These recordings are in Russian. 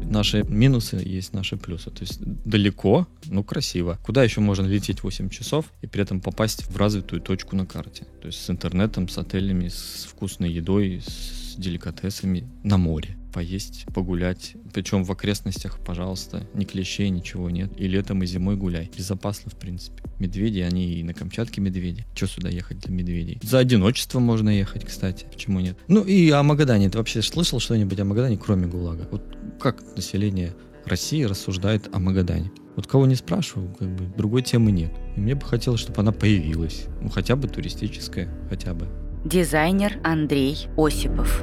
Наши минусы есть наши плюсы. То есть далеко, но красиво. Куда еще можно лететь 8 часов и при этом попасть в развитую точку на карте? То есть с интернетом, с отелями, с вкусной едой, с деликатесами на море. Поесть, погулять. Причем в окрестностях, пожалуйста, ни клещей, ничего нет. И летом, и зимой гуляй. Безопасно, в принципе. Медведи, они и на Камчатке медведи. Че сюда ехать для медведей? За одиночеством можно ехать, кстати. Почему нет? Ну и о Магадане. Ты вообще слышал что-нибудь о Магадане, кроме ГУЛАГа? Вот как население России рассуждает о Магадане? Вот кого не спрашиваю, как бы другой темы нет. И мне бы хотелось, чтобы она появилась. Ну, хотя бы туристическая, хотя бы. Дизайнер Андрей Осипов.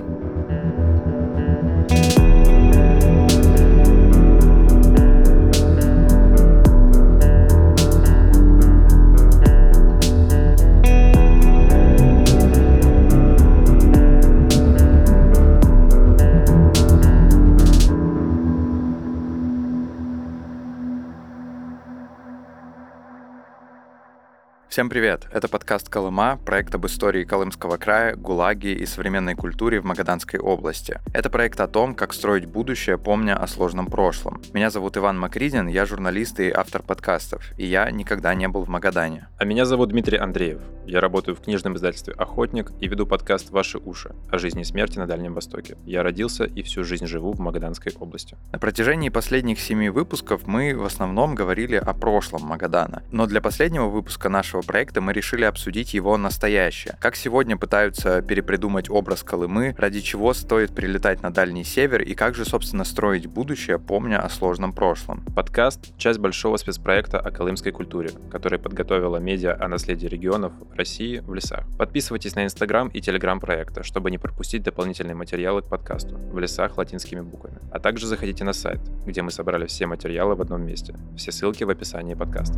Всем привет! Это подкаст «Колыма», проект об истории Колымского края, ГУЛАГе и современной культуре в Магаданской области. Это проект о том, как строить будущее, помня о сложном прошлом. Меня зовут Иван Макридин, я журналист и автор подкастов, и я никогда не был в Магадане. А меня зовут Дмитрий Андреев. Я работаю в книжном издательстве «Охотник» и веду подкаст «Ваши уши» о жизни и смерти на Дальнем Востоке. Я родился и всю жизнь живу в Магаданской области. На протяжении последних 7 выпусков мы в основном говорили о прошлом Магадана, но для последнего выпуска нашего проекта мы решили обсудить его настоящее. Как сегодня пытаются перепридумать образ Колымы, ради чего стоит прилетать на Дальний Север и как же, собственно, строить будущее, помня о сложном прошлом. Подкаст — часть большого спецпроекта о колымской культуре, который подготовила медиа о наследии регионов России в лесах. Подписывайтесь на Инстаграм и Телеграм проекта, чтобы не пропустить дополнительные материалы к подкасту в лесах латинскими буквами. А также заходите на сайт, где мы собрали все материалы в одном месте. Все ссылки в описании подкаста.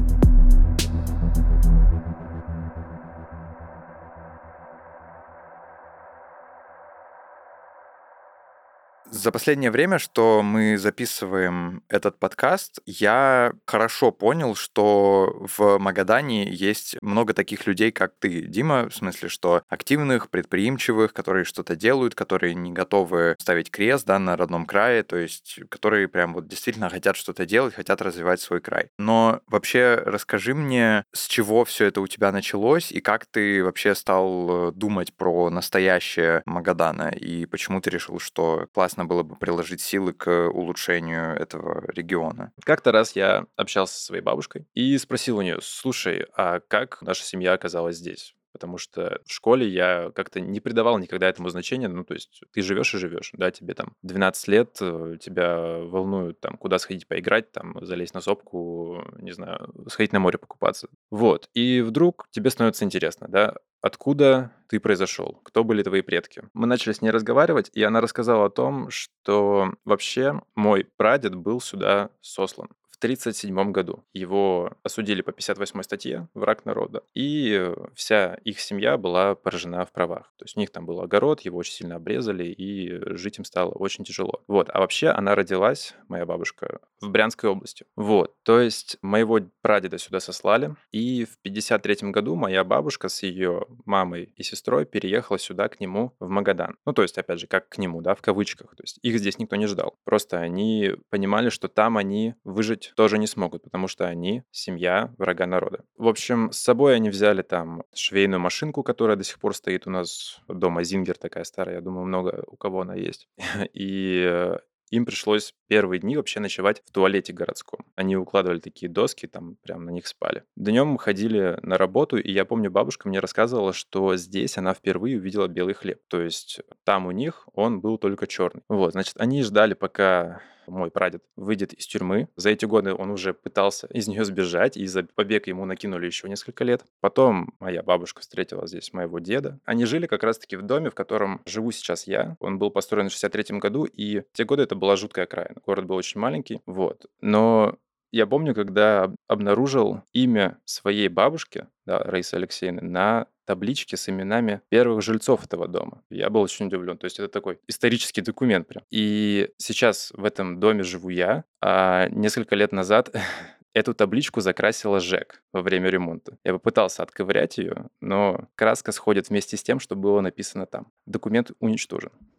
За последнее время, что мы записываем этот подкаст, я хорошо понял, что в Магадане есть много таких людей, как ты, Дима, в смысле, что активных, предприимчивых, которые что-то делают, которые не готовы ставить крест, да, на родном крае, то есть которые прям вот действительно хотят что-то делать, хотят развивать свой край. Но вообще расскажи мне, с чего все это у тебя началось и как ты вообще стал думать про настоящее Магадана и почему ты решил, что классно было бы приложить силы к улучшению этого региона. Как-то раз я общался со своей бабушкой и спросил у нее: слушай, а как наша семья оказалась здесь? Потому что в школе я как-то не придавал никогда этому значения. Ну, то есть ты живешь и живешь, да, тебе там 12 лет, тебя волнует там, куда сходить поиграть, там, залезть на сопку, не знаю, сходить на море покупаться. Вот. И вдруг тебе становится интересно, да, откуда ты произошел, кто были твои предки. Мы начали с ней разговаривать, и она рассказала о том, что вообще мой прадед был сюда сослан. В 1937 году его осудили по 58 статье «Враг народа», и вся их семья была поражена в правах. То есть у них там был огород, его очень сильно обрезали, и жить им стало очень тяжело. Вот. А вообще она родилась, моя бабушка, в Брянской области. Вот. То есть моего прадеда сюда сослали, и в 1953 году моя бабушка с ее мамой и сестрой переехала сюда к нему в Магадан. Ну, то есть, опять же, как к нему, да, в кавычках. То есть их здесь никто не ждал. Просто они понимали, что там они выжить тоже не смогут, потому что они семья врага народа. В общем, с собой они взяли там швейную машинку, которая до сих пор стоит у нас дома, Зингер такая старая, я думаю, много у кого она есть. И им пришлось первые дни вообще ночевать в туалете городском. Они укладывали такие доски, там прям на них спали. Днем ходили на работу, и я помню, бабушка мне рассказывала, что здесь она впервые увидела белый хлеб. То есть там у них он был только черный. Вот, значит, они ждали, пока мой прадед выйдет из тюрьмы. За эти годы он уже пытался из нее сбежать, и за побег ему накинули еще несколько лет. Потом моя бабушка встретила здесь моего деда. Они жили как раз-таки в доме, в котором живу сейчас я. Он был построен в 1963 году, и в те годы это была жуткая окраина. Город был очень маленький, вот. Но я помню, когда обнаружил имя своей бабушки, да, Раисы Алексеевны, на табличке с именами первых жильцов этого дома. Я был очень удивлен. То есть это такой исторический документ прям. И сейчас в этом доме живу я, а несколько лет назад эту табличку закрасила ЖЭК во время ремонта. Я попытался отковырять ее, но краска сходит вместе с тем, что было написано там. Документ уничтожен.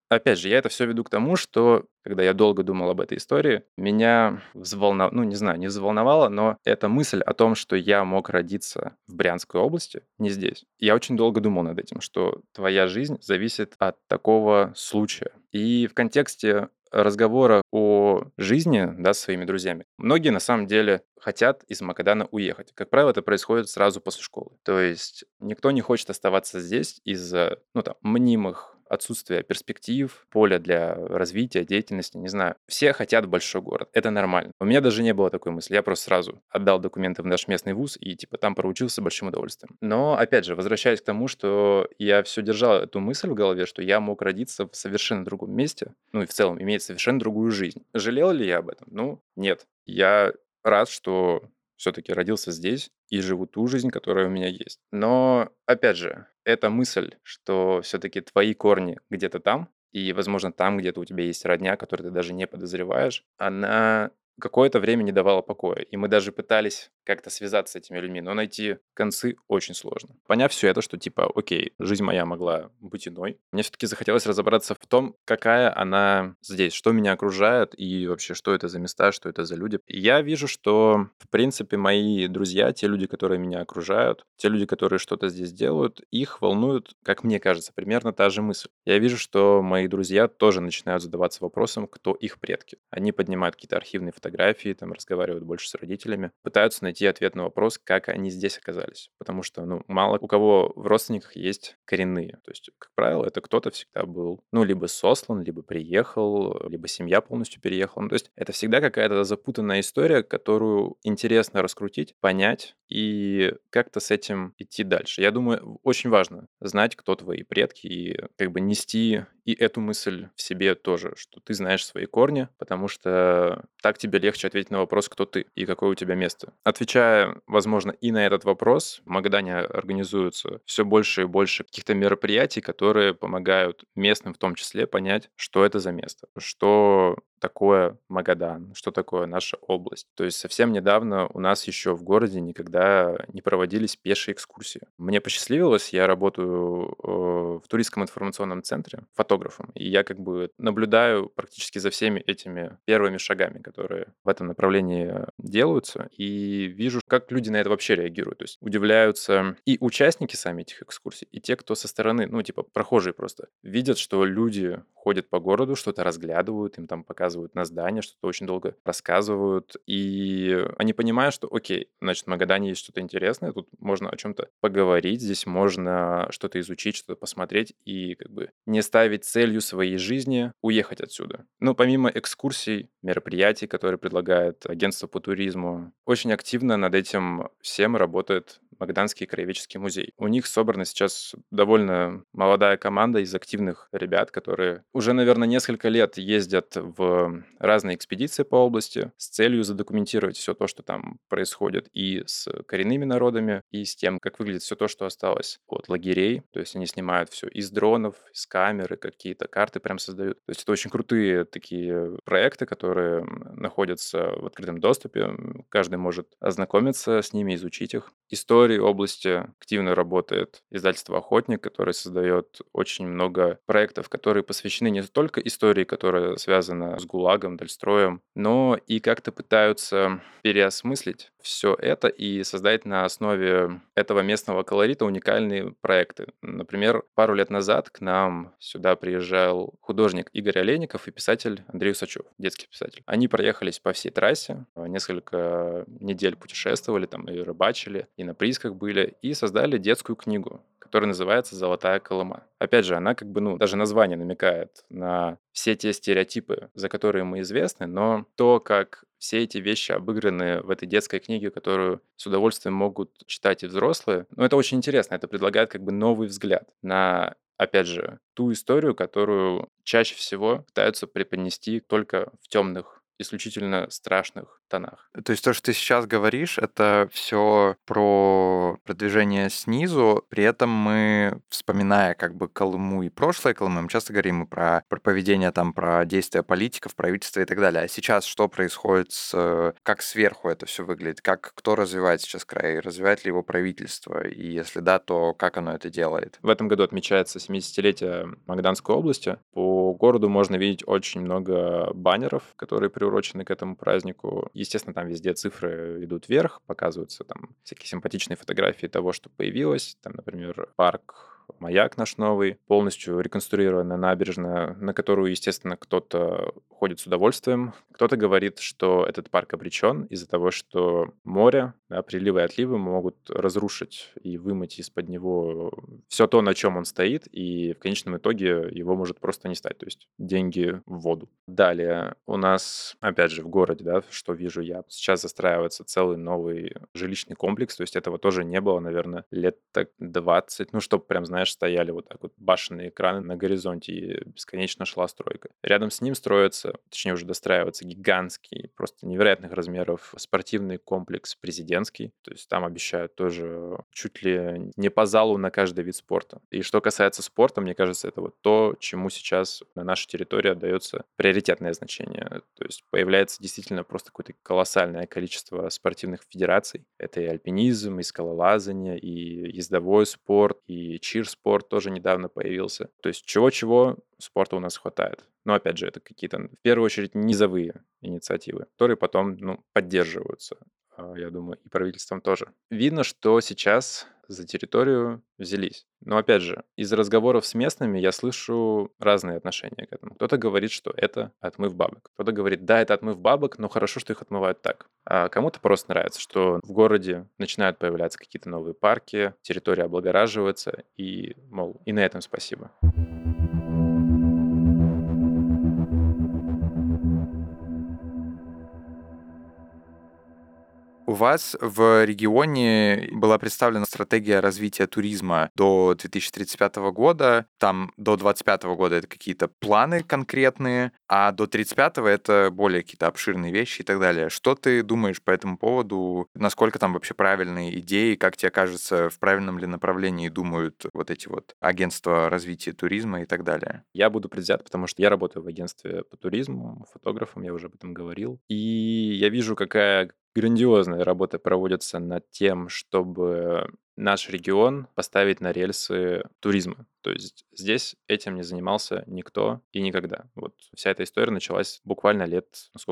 опять же, я это все веду к тому, что когда я долго думал об этой истории, меня ну, не знаю, не взволновало, но эта мысль о том, что я мог родиться в Брянской области, не здесь. Я очень долго думал над этим, что твоя жизнь зависит от такого случая. И в контексте разговора о жизни, да, с своими друзьями, многие на самом деле хотят из Магадана уехать. Как правило, это происходит сразу после школы. То есть никто не хочет оставаться здесь из-за, ну, там, мнимых отсутствия перспектив, поля для развития, деятельности, не знаю. Все хотят большой город. Это нормально. У меня даже не было такой мысли. Я просто сразу отдал документы в наш местный вуз и типа там проучился с большим удовольствием. Но, опять же, возвращаясь к тому, что я все держал эту мысль в голове, что я мог родиться в совершенно другом месте, ну и в целом иметь совершенно другую жизнь. Жалел ли я об этом? Ну, нет. Я рад, что все-таки родился здесь и живу ту жизнь, которая у меня есть. Но, опять же, эта мысль, что все-таки твои корни где-то там, и, возможно, там где-то у тебя есть родня, которую ты даже не подозреваешь, она какое-то время не давала покоя. И мы даже пытались как-то связаться с этими людьми, но найти концы очень сложно. Поняв все это, что типа, окей, жизнь моя могла быть иной, мне все-таки захотелось разобраться в том, какая она здесь, что меня окружает и вообще, что это за места, что это за люди. И я вижу, что, в принципе, мои друзья, те люди, которые меня окружают, те люди, которые что-то здесь делают, их волнует, как мне кажется, примерно та же мысль. Я вижу, что мои друзья тоже начинают задаваться вопросом, кто их предки. Они поднимают какие-то архивные фотографии, там разговаривают больше с родителями, пытаются найти ответ на вопрос, как они здесь оказались. Потому что, ну, мало у кого в родственниках есть коренные. То есть, как правило, это кто-то всегда был, ну, либо сослан, либо приехал, либо семья полностью переехала. Ну, то есть, это всегда какая-то запутанная история, которую интересно раскрутить, понять и как-то с этим идти дальше. Я думаю, очень важно знать, кто твои предки, и как бы нести и эту мысль в себе тоже, что ты знаешь свои корни, потому что так тебе легче ответить на вопрос, кто ты и какое у тебя место. Отвечая, возможно, и на этот вопрос, в Магадане организуются все больше и больше каких-то мероприятий, которые помогают местным в том числе понять, что это за место, что такое Магадан, что такое наша область. То есть совсем недавно у нас еще в городе никогда не проводились пешие экскурсии. Мне посчастливилось, я работаю в туристском информационном центре фотографом, и я как бы наблюдаю практически за всеми этими первыми шагами, которые в этом направлении делаются, и вижу, как люди на это вообще реагируют. То есть удивляются и участники сами этих экскурсий, и те, кто со стороны, ну, типа прохожие просто, видят, что люди ходят по городу, что-то разглядывают, им там показывают на здание, что-то очень долго рассказывают, и они понимают, что окей, значит, в Магадане есть что-то интересное, тут можно о чем-то поговорить, здесь можно что-то изучить, что-то посмотреть, и как бы не ставить целью своей жизни уехать отсюда. Ну, помимо экскурсий, мероприятий, которые предлагает агентство по туризму, очень активно над этим всем работает Магаданский краеведческий музей. У них собрана сейчас довольно молодая команда из активных ребят, которые уже, наверное, несколько лет ездят в разные экспедиции по области с целью задокументировать все то, что там происходит и с коренными народами, и с тем, как выглядит все то, что осталось от лагерей. То есть они снимают все из дронов, из камеры, какие-то карты прям создают. То есть это очень крутые такие проекты, которые находятся в открытом доступе. Каждый может ознакомиться с ними, изучить их. Истории области активно работает издательство «Охотник», которое создает очень много проектов, которые посвящены не только истории, которая связана с ГУЛАГом, Дальстроем, но и как-то пытаются переосмыслить все это и создать на основе этого местного колорита уникальные проекты. Например, пару лет назад к нам сюда приезжал художник Игорь Олейников и писатель Андрей Усачев, детский писатель. Они проехались по всей трассе, несколько недель путешествовали, там и рыбачили, и на приисках были, и создали детскую книгу, которая называется «Золотая Колыма». Опять же, она как бы, ну, даже название намекает на все те стереотипы, за которые мы известны, но то, как все эти вещи обыграны в этой детской книге, которую с удовольствием могут читать и взрослые, ну, это очень интересно, это предлагает как бы новый взгляд на, опять же, ту историю, которую чаще всего пытаются преподнести только в темных исключительно страшных тонах. То есть то, что ты сейчас говоришь, это все про продвижение снизу, при этом мы, вспоминая как бы Колыму и прошлое Колымы, мы часто говорим и про поведение, там, про действия политиков, правительства и так далее. А сейчас что происходит как сверху это все выглядит? Кто развивает сейчас край? Развивает ли его правительство? И если да, то как оно это делает? В этом году отмечается 70-летие Магаданской области. По городу можно видеть очень много баннеров, которые приурочены к этому празднику. Естественно, там везде цифры идут вверх, показываются там всякие симпатичные фотографии того, что появилось. Там, например, парк Маяк наш новый, полностью реконструированная набережная, на которую, естественно, кто-то ходит с удовольствием. Кто-то говорит, что этот парк обречен из-за того, что море, да, приливы и отливы могут разрушить и вымыть из-под него все то, на чем он стоит, и в конечном итоге его может просто не стать, то есть деньги в воду. Далее у нас, опять же, в городе, да, что вижу я, сейчас застраивается целый новый жилищный комплекс, то есть этого тоже не было, наверное, лет так 20, ну, чтобы прям, знаешь, стояли вот так вот башенные экраны на горизонте, и бесконечно шла стройка. Рядом с ним строится, точнее уже достраивается гигантский, просто невероятных размеров спортивный комплекс президентский, то есть там обещают тоже чуть ли не по залу на каждый вид спорта. И что касается спорта, мне кажется, это вот то, чему сейчас на нашей территории отдается приоритетное значение. То есть появляется действительно просто какое-то колоссальное количество спортивных федераций. Это и альпинизм, и скалолазание, и ездовой спорт, и чир-спорт тоже недавно появился. То есть чего-чего спорта у нас хватает. Но опять же, это какие-то, в первую очередь, низовые инициативы, которые потом, поддерживаются, я думаю, и правительством тоже. Видно, что сейчас за территорию взялись. Но опять же, из разговоров с местными я слышу разные отношения к этому. Кто-то говорит, что это отмыв бабок. Кто-то говорит, да, это отмыв бабок, но хорошо, что их отмывают так. А кому-то просто нравится, что в городе начинают появляться какие-то новые парки, территория облагораживается, и, мол, и на этом спасибо. У вас в регионе была представлена стратегия развития туризма до 2035 года. Там до 2025 года это какие-то планы конкретные, а до 2035 это более какие-то обширные вещи и так далее. Что ты думаешь по этому поводу? Насколько там вообще правильные идеи? Как тебе кажется, в правильном ли направлении думают вот эти вот агентства развития туризма и так далее? Я буду предвзят, потому что я работаю в агентстве по туризму, фотографом, я уже об этом говорил. И я вижу, какая грандиозная работа проводится над тем, чтобы наш регион поставить на рельсы туризма. То есть здесь этим не занимался никто и никогда. Вот вся эта история началась буквально лет,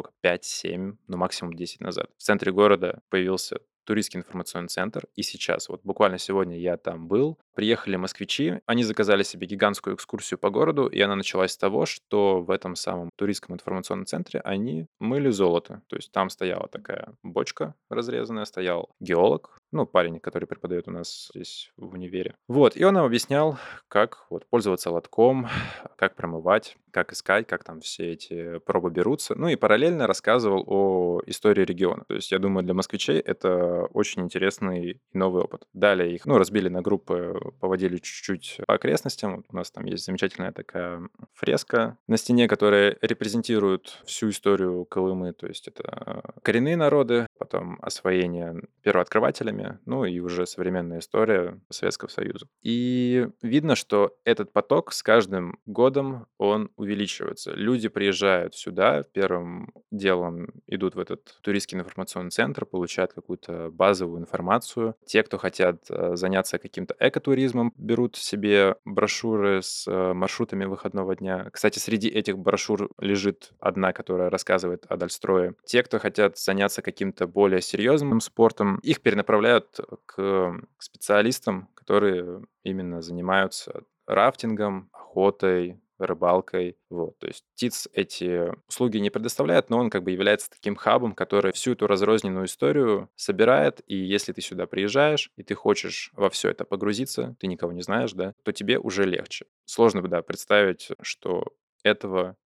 5-7, ну максимум 10 назад. В центре города появился туристский информационный центр, и сейчас, вот буквально сегодня я там был, приехали москвичи, они заказали себе гигантскую экскурсию по городу, и она началась с того, что в этом самом туристском информационном центре они мыли золото. То есть там стояла такая бочка разрезанная, стоял геолог, парень, который преподает у нас здесь в универе. Вот, и он нам объяснял, как вот пользоваться лотком, как промывать, как искать, как там все эти пробы берутся. Ну и параллельно рассказывал о истории региона. То есть я думаю, для москвичей это очень интересный и новый опыт. Далее их, разбили на группы, поводили чуть-чуть по окрестностям. Вот у нас там есть замечательная такая фреска на стене, которая репрезентирует всю историю Колымы. То есть это коренные народы, потом освоение первооткрывателями, и уже современная история Советского Союза. И видно, что этот поток с каждым годом он увеличивается. Люди приезжают сюда, первым делом идут в этот туристский информационный центр, получают какую-то базовую информацию. Те, кто хотят заняться каким-то экотуризмом, берут себе брошюры с маршрутами выходного дня. Кстати, среди этих брошюр лежит одна, которая рассказывает о Дальстрое. Те, кто хотят заняться каким-то более серьезным спортом, их перенаправляют к специалистам, которые именно занимаются рафтингом, охотой, рыбалкой. Вот. То есть ТИЦ эти услуги не предоставляет, но он как бы является таким хабом, который всю эту разрозненную историю собирает, и если ты сюда приезжаешь, и ты хочешь во все это погрузиться, ты никого не знаешь, да, то тебе уже легче. Сложно, да, представить, что этого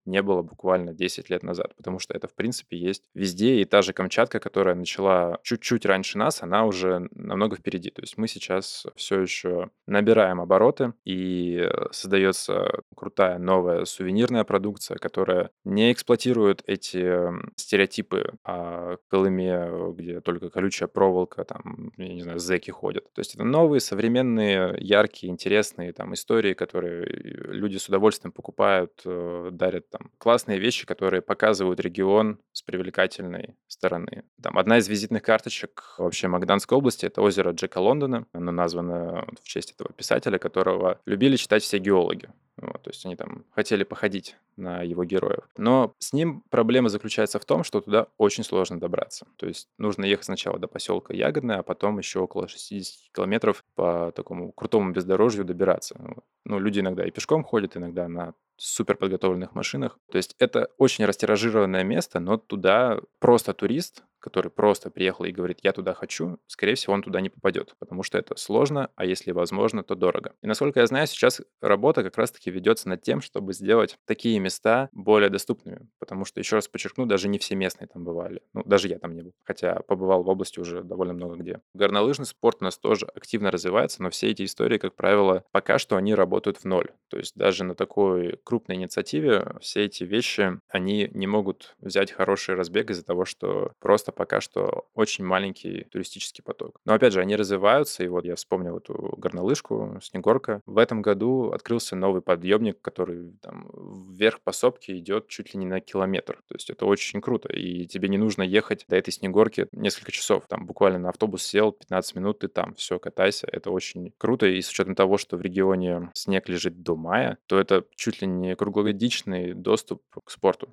не было буквально 10 лет назад, потому что это, в принципе, есть везде, и та же Камчатка, которая начала чуть-чуть раньше нас, она уже намного впереди. То есть мы сейчас все еще набираем обороты, и создается крутая новая сувенирная продукция, которая не эксплуатирует эти стереотипы о Колыме, где только колючая проволока, там, я не знаю, зэки ходят. То есть это новые, современные, яркие, интересные там истории, которые люди с удовольствием покупают, дарят там классные вещи, которые показывают регион с привлекательной стороны. Там одна из визитных карточек вообще Магаданской области — это озеро Джека Лондона. Оно названо в честь этого писателя, которого любили читать все геологи. Вот, то есть они там хотели походить на его героев. Но с ним проблема заключается в том, что туда очень сложно добраться. То есть нужно ехать сначала до поселка Ягодное, а потом еще около 60 километров по такому крутому бездорожью добираться. Вот. Ну, люди иногда и пешком ходят, иногда на супер подготовленных машинах. То есть это очень растиражированное место, но туда просто турист, который просто приехал и говорит, я туда хочу, скорее всего, он туда не попадет, потому что это сложно, а если возможно, то дорого. И насколько я знаю, сейчас работа как раз-таки ведется над тем, чтобы сделать такие места более доступными, потому что, еще раз подчеркну, даже не все местные там бывали. Ну, даже я там не был, хотя побывал в области уже довольно много где. Горнолыжный спорт у нас тоже активно развивается, но все эти истории, как правило, пока что они работают в ноль. То есть даже на такой крупной инициативе все эти вещи, они не могут взять хороший разбег из-за того, что просто пока что очень маленький туристический поток. Но опять же, они развиваются, и вот я вспомнил эту горнолыжку, Снегорка. В этом году открылся новый подъемник, который там вверх по сопке идет чуть ли не на километр. То есть это очень круто, и тебе не нужно ехать до этой Снегорки несколько часов. Там буквально на автобус сел, 15 минут, ты там, все, катайся. Это очень круто, и с учетом того, что в регионе снег лежит до мая, то это чуть ли не круглогодичный доступ к спорту.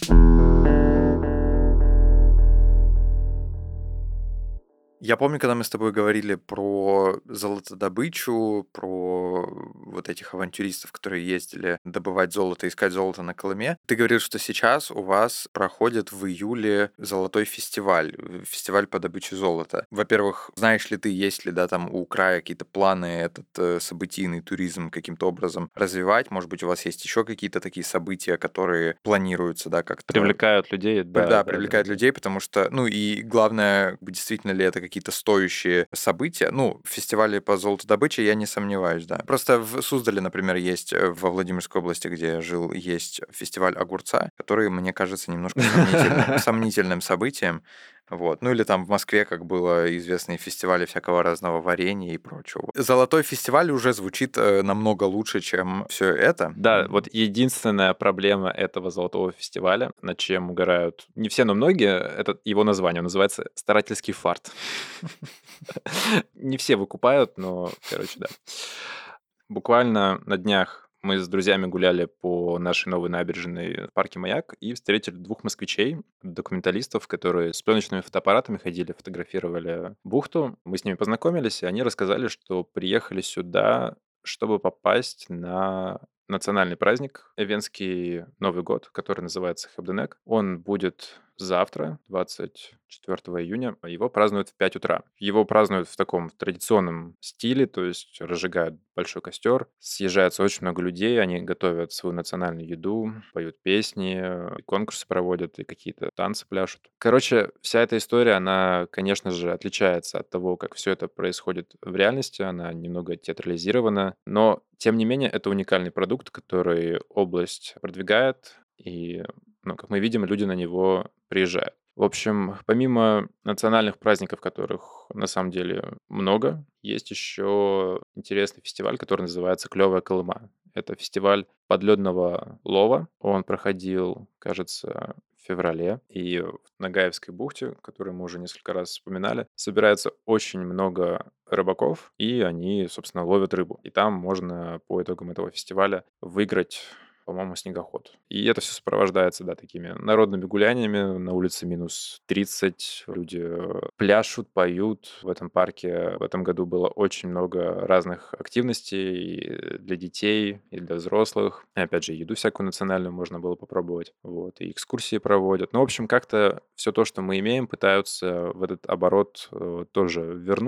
Я помню, когда мы с тобой говорили про золотодобычу, про вот этих авантюристов, которые ездили добывать золото, искать золото на Колыме. Ты говорил, что сейчас у вас проходит в июле золотой фестиваль, фестиваль по добыче золота. Во-первых, знаешь ли ты, есть ли, да, там у края какие-то планы этот событийный туризм каким-то образом развивать? Может быть, у вас есть еще какие-то такие события, которые планируются, да, как-то... Привлекают людей, Да, привлекают людей, потому что, ну и главное, действительно ли это какие-то стоящие события. Ну, в фестивале по золотодобыче я не сомневаюсь, да. Просто в Суздале, например, есть во Владимирской области, где я жил, есть фестиваль огурца, который, мне кажется, немножко сомнительным событием. Вот. Ну или там в Москве, как было известные фестивали всякого разного варенья и прочего. Золотой фестиваль уже звучит намного лучше, чем все это. Да, вот единственная проблема этого золотого фестиваля, над чем угорают не все, но многие, это его название, он называется «Старательский фарт». Не все выкупают, но, короче, да. Буквально на днях мы с друзьями гуляли по нашей новой набережной в парке «Маяк» и встретили двух москвичей, документалистов, которые с пленочными фотоаппаратами ходили, фотографировали бухту. Мы с ними познакомились, и они рассказали, что приехали сюда, чтобы попасть на национальный праздник, Эвенский Новый год, который называется Хэбденек. Он будет завтра, 24 июня. Его празднуют в 5 утра. Его празднуют в таком традиционном стиле, то есть разжигают большой костер, съезжается очень много людей, они готовят свою национальную еду, поют песни, и конкурсы проводят, и какие-то танцы пляшут. Короче, вся эта история, она, конечно же, отличается от того, как все это происходит в реальности, она немного театрализирована, но, тем не менее, это уникальный продукт, который область продвигает, и, ну, как мы видим, люди на него приезжают. В общем, помимо национальных праздников, которых на самом деле много, есть еще интересный фестиваль, который называется «Клевая Колыма». Это фестиваль подледного лова. Он проходил, кажется, в феврале. И в Нагаевской бухте, которую мы уже несколько раз вспоминали, собирается очень много рыбаков, и они, собственно, ловят рыбу. И там можно по итогам этого фестиваля выиграть, по-моему, снегоход. И это все сопровождается, да, такими народными гуляниями. На улице минус 30, люди пляшут, поют. В этом парке в этом году было очень много разных активностей и для детей, и для взрослых. И опять же, еду всякую национальную можно было попробовать. Вот, и экскурсии проводят. Ну, в общем, как-то все то, что мы имеем, пытаются в этот оборот тоже вернуть.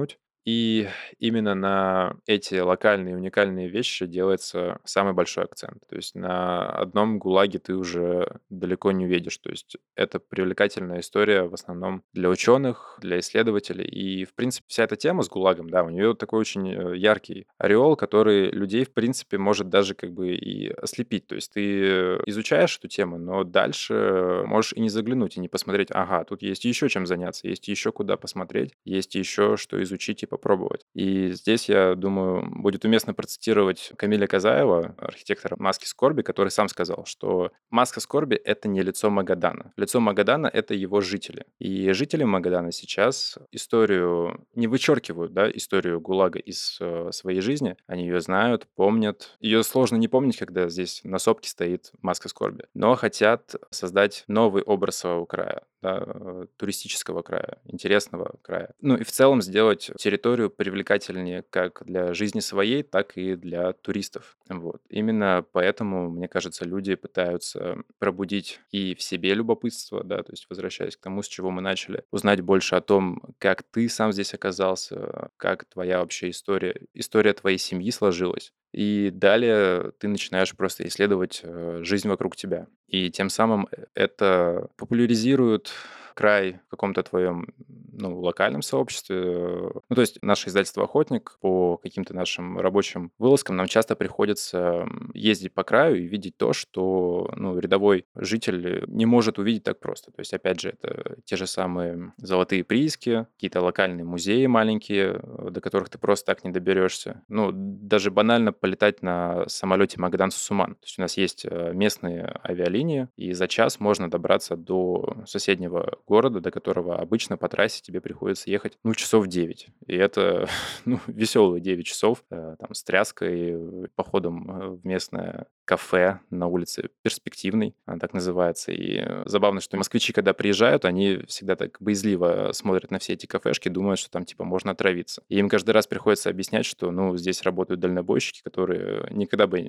И именно на эти локальные уникальные вещи делается самый большой акцент. То есть на одном ГУЛАГе ты уже далеко не увидишь. То есть это привлекательная история в основном для ученых, для исследователей. И, в принципе, вся эта тема с ГУЛАГом, да, у нее такой очень яркий ореол, который людей, в принципе, может даже как бы и ослепить. То есть ты изучаешь эту тему, но дальше можешь и не заглянуть, и не посмотреть, ага, тут есть еще чем заняться, есть еще куда посмотреть, есть еще что изучить и попробовать. И здесь, я думаю, будет уместно процитировать Камиля Казаева, архитектора «Маски скорби», который сам сказал, что «Маска скорби — это не лицо Магадана. Лицо Магадана — это его жители». И жители Магадана сейчас историю не вычеркивают, да, историю ГУЛАГа из своей жизни. Они ее знают, помнят. Ее сложно не помнить, когда здесь на сопке стоит маска скорби. Но хотят создать новый образ своего края, да, туристического края, интересного края. Ну и в целом сделать территорию привлекательнее как для жизни своей, так и для туристов. Вот. Именно поэтому, мне кажется, люди пытаются пробудить и в себе любопытство, да, то есть возвращаясь к тому, с чего мы начали, узнать больше о том, как ты сам здесь оказался, как твоя вообще история твоей семьи сложилась. И далее ты начинаешь просто исследовать жизнь вокруг тебя. И тем самым это популяризирует край в каком-то твоем, ну, локальном сообществе. Ну, то есть наше издательство «Охотник» по каким-то нашим рабочим вылазкам нам часто приходится ездить по краю и видеть то, что, ну, рядовой житель не может увидеть так просто. То есть, опять же, это те же самые золотые прииски, какие-то локальные музеи маленькие, до которых ты просто так не доберешься. Ну, даже банально полетать на самолете Магадан-Сусуман. То есть у нас есть местные авиалинии, и за час можно добраться до соседнего города, до которого обычно по трассе тебе приходится ехать, ну, часов 9. И это, ну, веселые 9 часов, там, с тряской, походом в местное кафе на улице Перспективной, она так называется. И забавно, что москвичи, когда приезжают, они всегда так боязливо смотрят на все эти кафешки, думают, что там, типа, можно отравиться. И им каждый раз приходится объяснять, что, ну, здесь работают дальнобойщики, которые никогда бы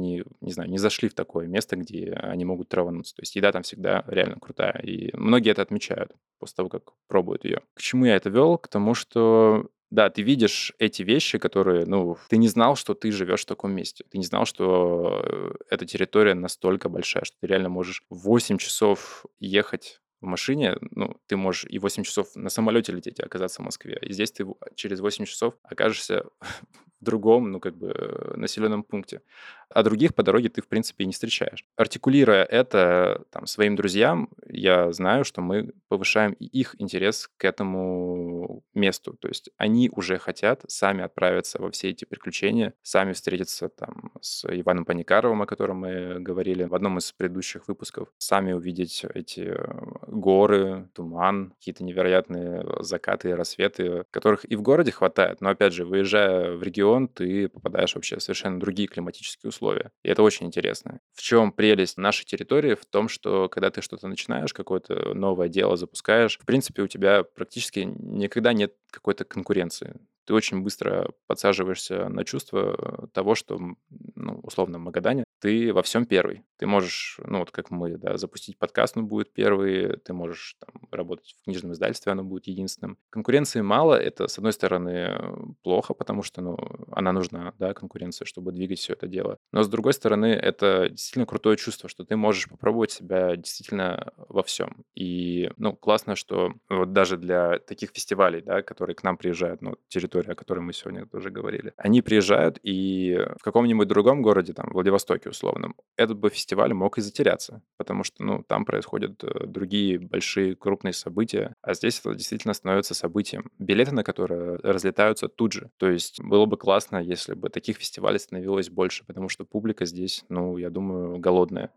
не знаю, не зашли в такое место, где они могут травануться. То есть еда там всегда реально крутая. И многие это отмечают после того, как пробуют ее. К чему я это вел? К тому, что да, ты видишь эти вещи, которые, ну, ты не знал, что ты живешь в таком месте. Ты не знал, что эта территория настолько большая, что ты реально можешь 8 часов ехать в машине, ну, ты можешь и 8 часов на самолете лететь и оказаться в Москве. И здесь ты через 8 часов окажешься в другом, ну, как бы, населенном пункте. А других по дороге ты, в принципе, и не встречаешь. Артикулируя это там своим друзьям, я знаю, что мы повышаем и их интерес к этому месту. То есть они уже хотят сами отправиться во все эти приключения, сами встретиться там с Иваном Паникаровым, о котором мы говорили в одном из предыдущих выпусков, сами увидеть эти горы, туман, какие-то невероятные закаты и рассветы, которых и в городе хватает, но, опять же, выезжая в регион, ты попадаешь вообще в совершенно другие климатические условия. И это очень интересно. В чем прелесть нашей территории? В том, что когда ты что-то начинаешь, какое-то новое дело запускаешь, в принципе, у тебя практически никогда нет какой-то конкуренции. Ты очень быстро подсаживаешься на чувство того, что, ну, условно, в Магадане ты во всем первый. Ты можешь, ну, вот как мы, да, запустить подкаст, он будет первый, ты можешь там работать в книжном издательстве, оно будет единственным. Конкуренции мало, это, с одной стороны, плохо, потому что, ну, она нужна, да, конкуренция, чтобы двигать все это дело. Но, с другой стороны, это действительно крутое чувство, что ты можешь попробовать себя действительно во всем. И, ну, классно, что вот даже для таких фестивалей, да, которые к нам приезжают, ну, территория, о которой мы сегодня тоже говорили, они приезжают, и в каком-нибудь другом городе, там, Владивостоке условном, этот бы фестиваль мог и затеряться, потому что, ну, там происходят другие большие крупные события, а здесь это действительно становится событием, билеты на которые разлетаются тут же. То есть было бы классно, если бы таких фестивалей становилось больше, потому что публика здесь, ну, я думаю, голодная.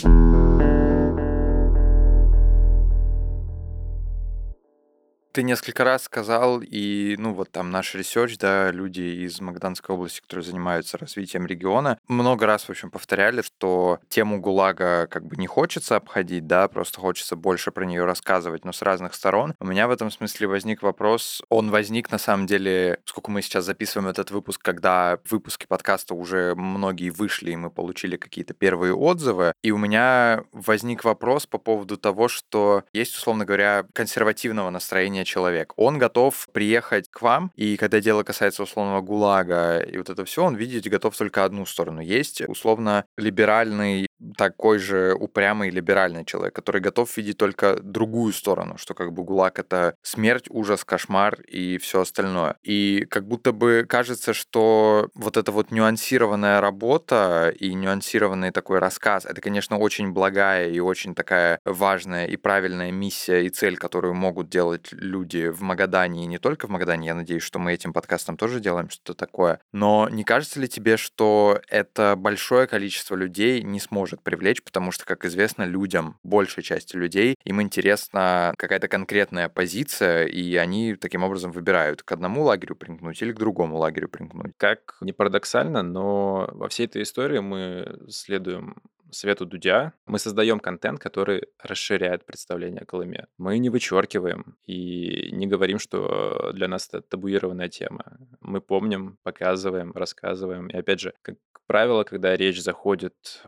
Ты несколько раз сказал, и, ну, вот там наш ресерч, да, люди из Магаданской области, которые занимаются развитием региона, много раз, в общем, повторяли, что тему ГУЛАГа как бы не хочется обходить, да, просто хочется больше про нее рассказывать, но с разных сторон. У меня в этом смысле возник вопрос, он возник, на самом деле, сколько мы сейчас записываем этот выпуск, когда выпуски подкаста уже многие вышли, и мы получили какие-то первые отзывы, и у меня возник вопрос по поводу того, что есть, условно говоря, консервативного настроения мнение человек. Он готов приехать к вам, и когда дело касается условного ГУЛАГа и вот это все, он видеть готов только одну сторону. Есть условно либеральный, такой же упрямый либеральный человек, который готов видеть только другую сторону, что как бы ГУЛАГ — это смерть, ужас, кошмар и все остальное. И как будто бы кажется, что вот эта вот нюансированная работа и нюансированный такой рассказ — это, конечно, очень благая и очень такая важная и правильная миссия и цель, которую могут делать люди в Магадане, и не только в Магадане. Я надеюсь, что мы этим подкастом тоже делаем что-то такое. Но не кажется ли тебе, что это большое количество людей не сможет привлечь, потому что, как известно, людям, большей части людей, им интересна какая-то конкретная позиция, и они таким образом выбирают, к одному лагерю примкнуть или к другому лагерю примкнуть. Как ни парадоксально, но во всей этой истории мы следуем совету Дудя. Мы создаем контент, который расширяет представление о Колыме. Мы не вычеркиваем и не говорим, что для нас это табуированная тема. Мы помним, показываем, рассказываем. И опять же, как правило, когда речь заходит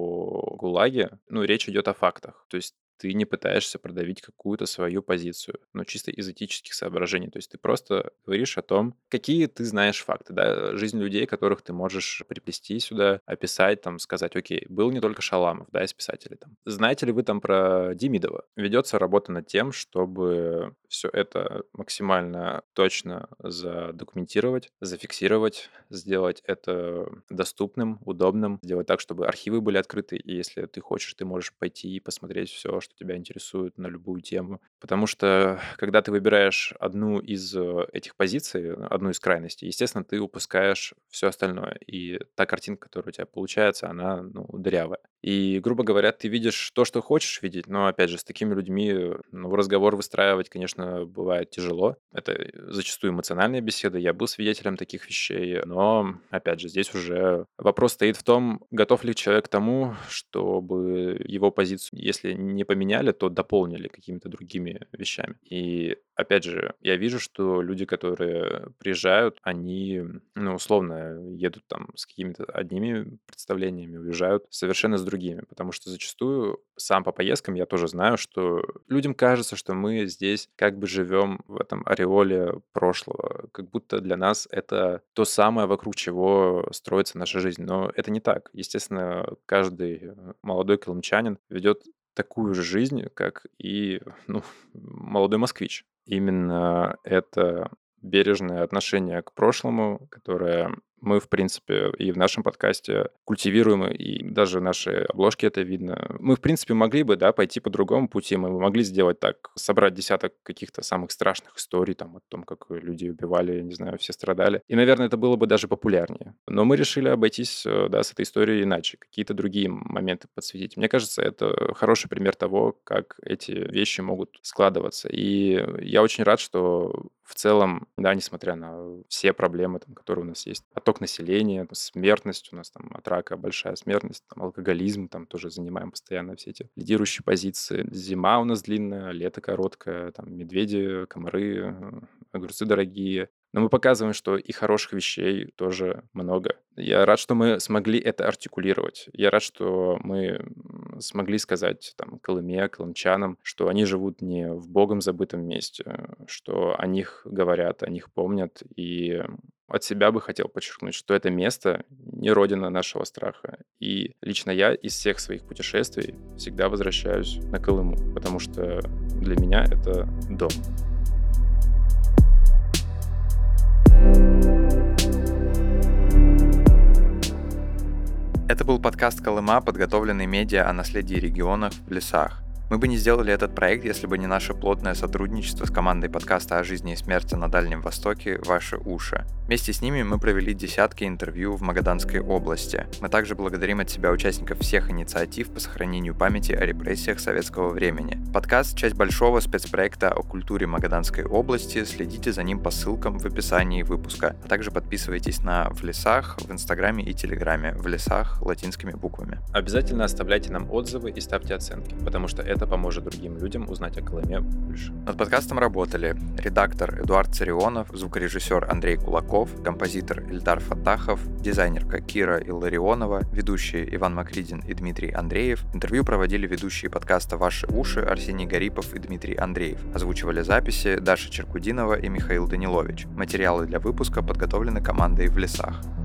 о ГУЛАГе, речь идет о фактах. То есть ты не пытаешься продавить какую-то свою позицию, но чисто из этических соображений. То есть ты просто говоришь о том, какие ты знаешь факты, да, жизнь людей, которых ты можешь приплести сюда, описать, там, сказать, окей, был не только Шаламов, да, из писателей там. Знаете ли вы там про Демидова? Ведется работа над тем, чтобы все это максимально точно задокументировать, зафиксировать, сделать это доступным, удобным, сделать так, чтобы архивы были открыты, и если ты хочешь, ты можешь пойти и посмотреть все, что тебя интересует на любую тему. Потому что, когда ты выбираешь одну из этих позиций, одну из крайностей, естественно, ты упускаешь все остальное. И та картинка, которая у тебя получается, она, дырявая. И, грубо говоря, ты видишь то, что хочешь видеть, но, опять же, с такими людьми разговор выстраивать, конечно, бывает тяжело. Это зачастую эмоциональные беседы. Я был свидетелем таких вещей, но, опять же, здесь уже вопрос стоит в том, готов ли человек к тому, чтобы его позицию, если не поменяли, то дополнили какими-то другими вещами. И, опять же, я вижу, что люди, которые приезжают, они, условно, едут там с какими-то одними представлениями, уезжают совершенно с другими, потому что зачастую сам по поездкам я тоже знаю, что людям кажется, что мы здесь как бы живем в этом ореоле прошлого, как будто для нас это то самое, вокруг чего строится наша жизнь. Но это не так. Естественно, каждый молодой колымчанин ведет такую же жизнь, как и молодой москвич. Именно это бережное отношение к прошлому, которое мы, в принципе, и в нашем подкасте культивируем, и даже в нашей обложке это видно. Мы, в принципе, могли бы, да, пойти по другому пути, мы могли сделать так, собрать десяток каких-то самых страшных историй, там, о том, как люди убивали, не знаю, все страдали. И, наверное, это было бы даже популярнее. Но мы решили обойтись, да, с этой историей иначе, какие-то другие моменты подсветить. Мне кажется, это хороший пример того, как эти вещи могут складываться. И я очень рад, что в целом, да, несмотря на все проблемы, там, которые у нас есть, отток населения, смертность у нас там от рака большая смертность, там, алкоголизм, там тоже занимаем постоянно все эти лидирующие позиции. Зима у нас длинная, лето короткое, там медведи, комары, огурцы дорогие. Но мы показываем, что и хороших вещей тоже много. Я рад, что мы смогли это артикулировать. Я рад, что мы смогли сказать там, Колыме, колымчанам, что они живут не в богом забытом месте, что о них говорят, о них помнят. И от себя бы хотел подчеркнуть, что это место не родина нашего страха. И лично я из всех своих путешествий всегда возвращаюсь на Колыму, потому что для меня это дом. Это был подкаст «Колыма», подготовленный медиа о наследии регионов в лесах. Мы бы не сделали этот проект, если бы не наше плотное сотрудничество с командой подкаста о жизни и смерти на Дальнем Востоке «Ваши уши». Вместе с ними мы провели десятки интервью в Магаданской области. Мы также благодарим от себя участников всех инициатив по сохранению памяти о репрессиях советского времени. Подкаст — часть большого спецпроекта о культуре Магаданской области. Следите за ним по ссылкам в описании выпуска, а также подписывайтесь на «В лесах» в Инстаграме и Телеграме. «В лесах» латинскими буквами. Обязательно оставляйте нам отзывы и ставьте оценки, потому что это это поможет другим людям узнать о Колыме больше. Над подкастом работали редактор Эдуард Царионов, звукорежиссер Андрей Кулаков, композитор Ильдар Фатахов, дизайнерка Кира Илларионова, ведущие Иван Макридин и Дмитрий Андреев. Интервью проводили ведущие подкаста «Ваши уши» Арсений Гарипов и Дмитрий Андреев. Озвучивали записи Даша Черкудинова и Михаил Данилович. Материалы для выпуска подготовлены командой «В лесах».